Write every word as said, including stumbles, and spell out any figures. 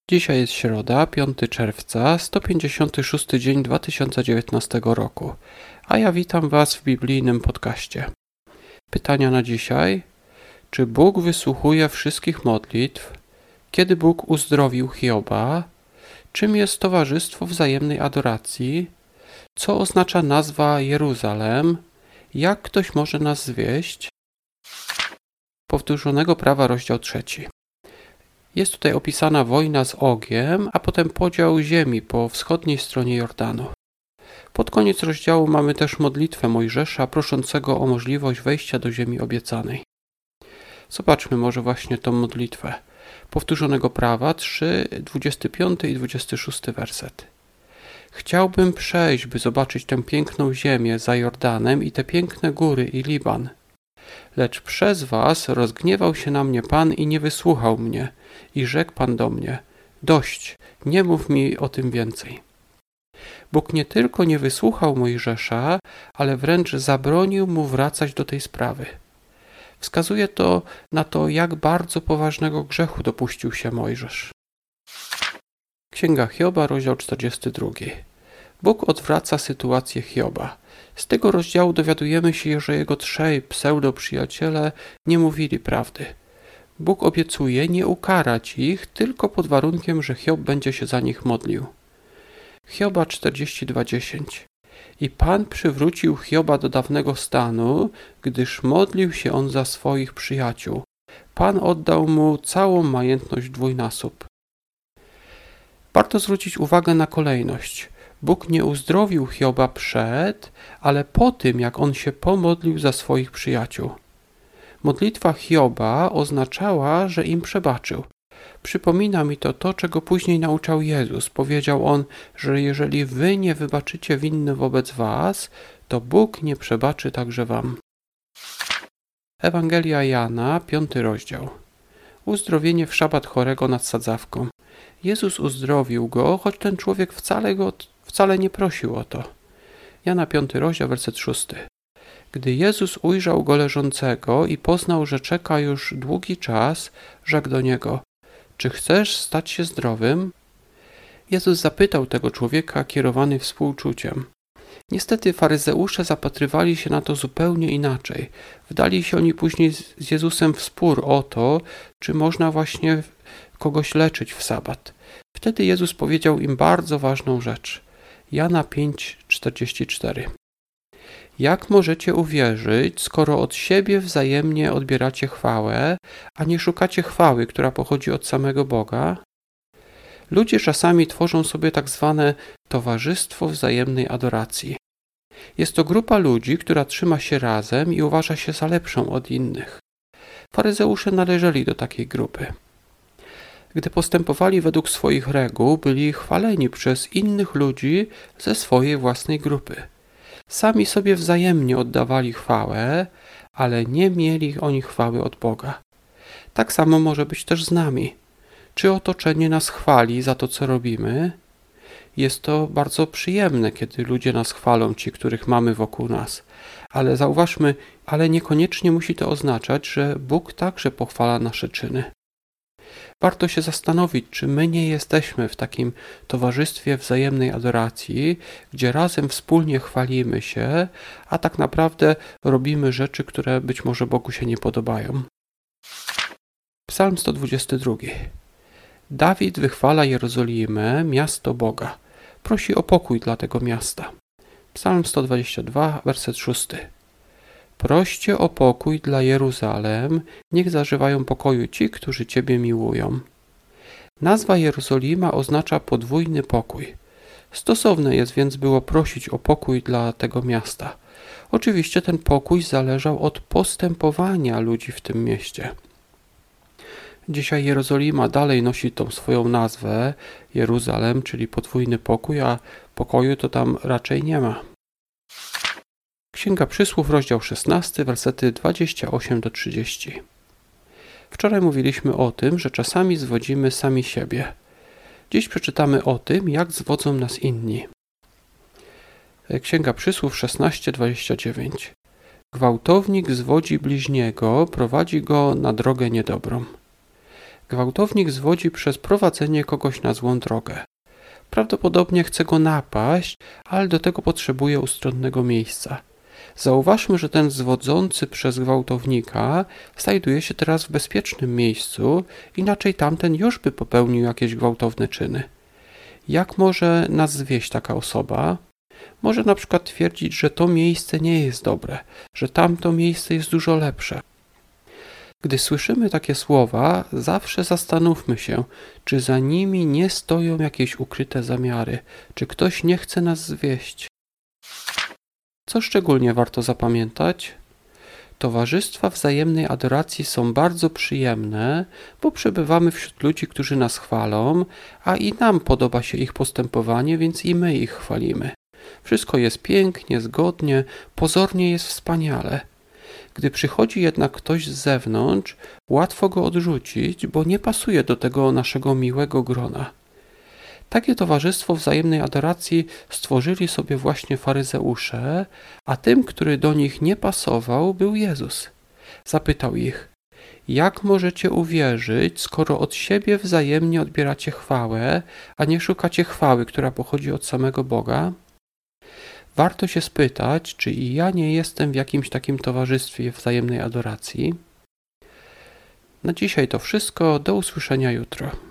Dzisiaj jest środa, piątego czerwca, sto pięćdziesiąty szósty dzień dwa tysiące dziewiętnastego roku, a ja witam Was w biblijnym podcaście. Pytania na dzisiaj. Czy Bóg wysłuchuje wszystkich modlitw? Kiedy Bóg uzdrowił Hioba? Czym jest towarzystwo wzajemnej adoracji? Co oznacza nazwa Jeruzalem? Jak ktoś może nas zwieść? Powtórzonego prawa, rozdział trzeci. Jest tutaj opisana wojna z Ogiem, a potem podział ziemi po wschodniej stronie Jordanu. Pod koniec rozdziału mamy też modlitwę Mojżesza proszącego o możliwość wejścia do ziemi obiecanej. Zobaczmy może właśnie tą modlitwę. Powtórzonego prawa trzy, dwudziesty piąty i dwudziesty szósty werset. Chciałbym przejść, by zobaczyć tę piękną ziemię za Jordanem i te piękne góry i Liban. Lecz przez was rozgniewał się na mnie Pan i nie wysłuchał mnie. I rzekł Pan do mnie: dość, nie mów mi o tym więcej. Bóg nie tylko nie wysłuchał Mojżesza, ale wręcz zabronił mu wracać do tej sprawy. Wskazuje to na to, jak bardzo poważnego grzechu dopuścił się Mojżesz. Księga Hioba, rozdział czterdziesty drugi. Bóg odwraca sytuację Hioba. Z tego rozdziału dowiadujemy się, że jego trzej pseudo-przyjaciele nie mówili prawdy. Bóg obiecuje nie ukarać ich tylko pod warunkiem, że Hiob będzie się za nich modlił. Hioba czterdzieści dwa dziesięć. I Pan przywrócił Hioba do dawnego stanu, gdyż modlił się on za swoich przyjaciół. Pan oddał mu całą majętność dwójnasób. Warto zwrócić uwagę na kolejność. Bóg nie uzdrowił Hioba przed, ale po tym, jak on się pomodlił za swoich przyjaciół. Modlitwa Hioba oznaczała, że im przebaczył. Przypomina mi to to, czego później nauczał Jezus. Powiedział on, że jeżeli wy nie wybaczycie winny wobec was, to Bóg nie przebaczy także wam. Ewangelia Jana, piąty rozdział. Uzdrowienie w szabat chorego nad sadzawką. Jezus uzdrowił go, choć ten człowiek wcale go wcale nie prosił o to. Jana piąty rozdział, werset szósty. Gdy Jezus ujrzał go leżącego i poznał, że czeka już długi czas, rzekł do niego: czy chcesz stać się zdrowym? Jezus zapytał tego człowieka kierowany współczuciem. Niestety faryzeusze zapatrywali się na to zupełnie inaczej. Wdali się oni później z Jezusem w spór o to, czy można właśnie kogoś leczyć w sabat. Wtedy Jezus powiedział im bardzo ważną rzecz. Jana pięć czterdzieści cztery. Jak możecie uwierzyć, skoro od siebie wzajemnie odbieracie chwałę, a nie szukacie chwały, która pochodzi od samego Boga? Ludzie czasami tworzą sobie tak zwane towarzystwo wzajemnej adoracji. Jest to grupa ludzi, która trzyma się razem i uważa się za lepszą od innych. Faryzeusze należeli do takiej grupy. Gdy postępowali według swoich reguł, byli chwaleni przez innych ludzi ze swojej własnej grupy. Sami sobie wzajemnie oddawali chwałę, ale nie mieli oni chwały od Boga. Tak samo może być też z nami. Czy otoczenie nas chwali za to, co robimy? Jest to bardzo przyjemne, kiedy ludzie nas chwalą, ci, których mamy wokół nas. Ale zauważmy, ale niekoniecznie musi to oznaczać, że Bóg także pochwala nasze czyny. Warto się zastanowić, czy my nie jesteśmy w takim towarzystwie wzajemnej adoracji, gdzie razem wspólnie chwalimy się, a tak naprawdę robimy rzeczy, które być może Bogu się nie podobają. Psalm sto dwudziesty drugi. Dawid wychwala Jerozolimę, miasto Boga. Prosi o pokój dla tego miasta. Psalm sto dwadzieścia dwa, werset szósty. Proście o pokój dla Jeruzalem, niech zażywają pokoju ci, którzy Ciebie miłują. Nazwa Jerozolima oznacza podwójny pokój. Stosowne jest więc było prosić o pokój dla tego miasta. Oczywiście ten pokój zależał od postępowania ludzi w tym mieście. Dzisiaj Jerozolima dalej nosi tą swoją nazwę, Jeruzalem, czyli podwójny pokój, a pokoju to tam raczej nie ma. Księga Przysłów, rozdział szesnasty, wersety dwadzieścia osiem do trzydziestu. Wczoraj mówiliśmy o tym, że czasami zwodzimy sami siebie. Dziś przeczytamy o tym, jak zwodzą nas inni. Księga Przysłów szesnaście, dwadzieścia dziewięć. Gwałtownik zwodzi bliźniego, prowadzi go na drogę niedobrą. Gwałtownik zwodzi przez prowadzenie kogoś na złą drogę. Prawdopodobnie chce go napaść, ale do tego potrzebuje ustronnego miejsca. Zauważmy, że ten zwodzący przez gwałtownika znajduje się teraz w bezpiecznym miejscu, inaczej tamten już by popełnił jakieś gwałtowne czyny. Jak może nas zwieść taka osoba? Może na przykład twierdzić, że to miejsce nie jest dobre, że tamto miejsce jest dużo lepsze. Gdy słyszymy takie słowa, zawsze zastanówmy się, czy za nimi nie stoją jakieś ukryte zamiary, czy ktoś nie chce nas zwieść. Co szczególnie warto zapamiętać? Towarzystwa wzajemnej adoracji są bardzo przyjemne, bo przebywamy wśród ludzi, którzy nas chwalą, a i nam podoba się ich postępowanie, więc i my ich chwalimy. Wszystko jest pięknie, zgodnie, pozornie jest wspaniale. Gdy przychodzi jednak ktoś z zewnątrz, łatwo go odrzucić, bo nie pasuje do tego naszego miłego grona. Takie towarzystwo wzajemnej adoracji stworzyli sobie właśnie faryzeusze, a tym, który do nich nie pasował, był Jezus. Zapytał ich: jak możecie uwierzyć, skoro od siebie wzajemnie odbieracie chwałę, a nie szukacie chwały, która pochodzi od samego Boga? Warto się spytać, czy i ja nie jestem w jakimś takim towarzystwie wzajemnej adoracji. Na dzisiaj to wszystko. Do usłyszenia jutro.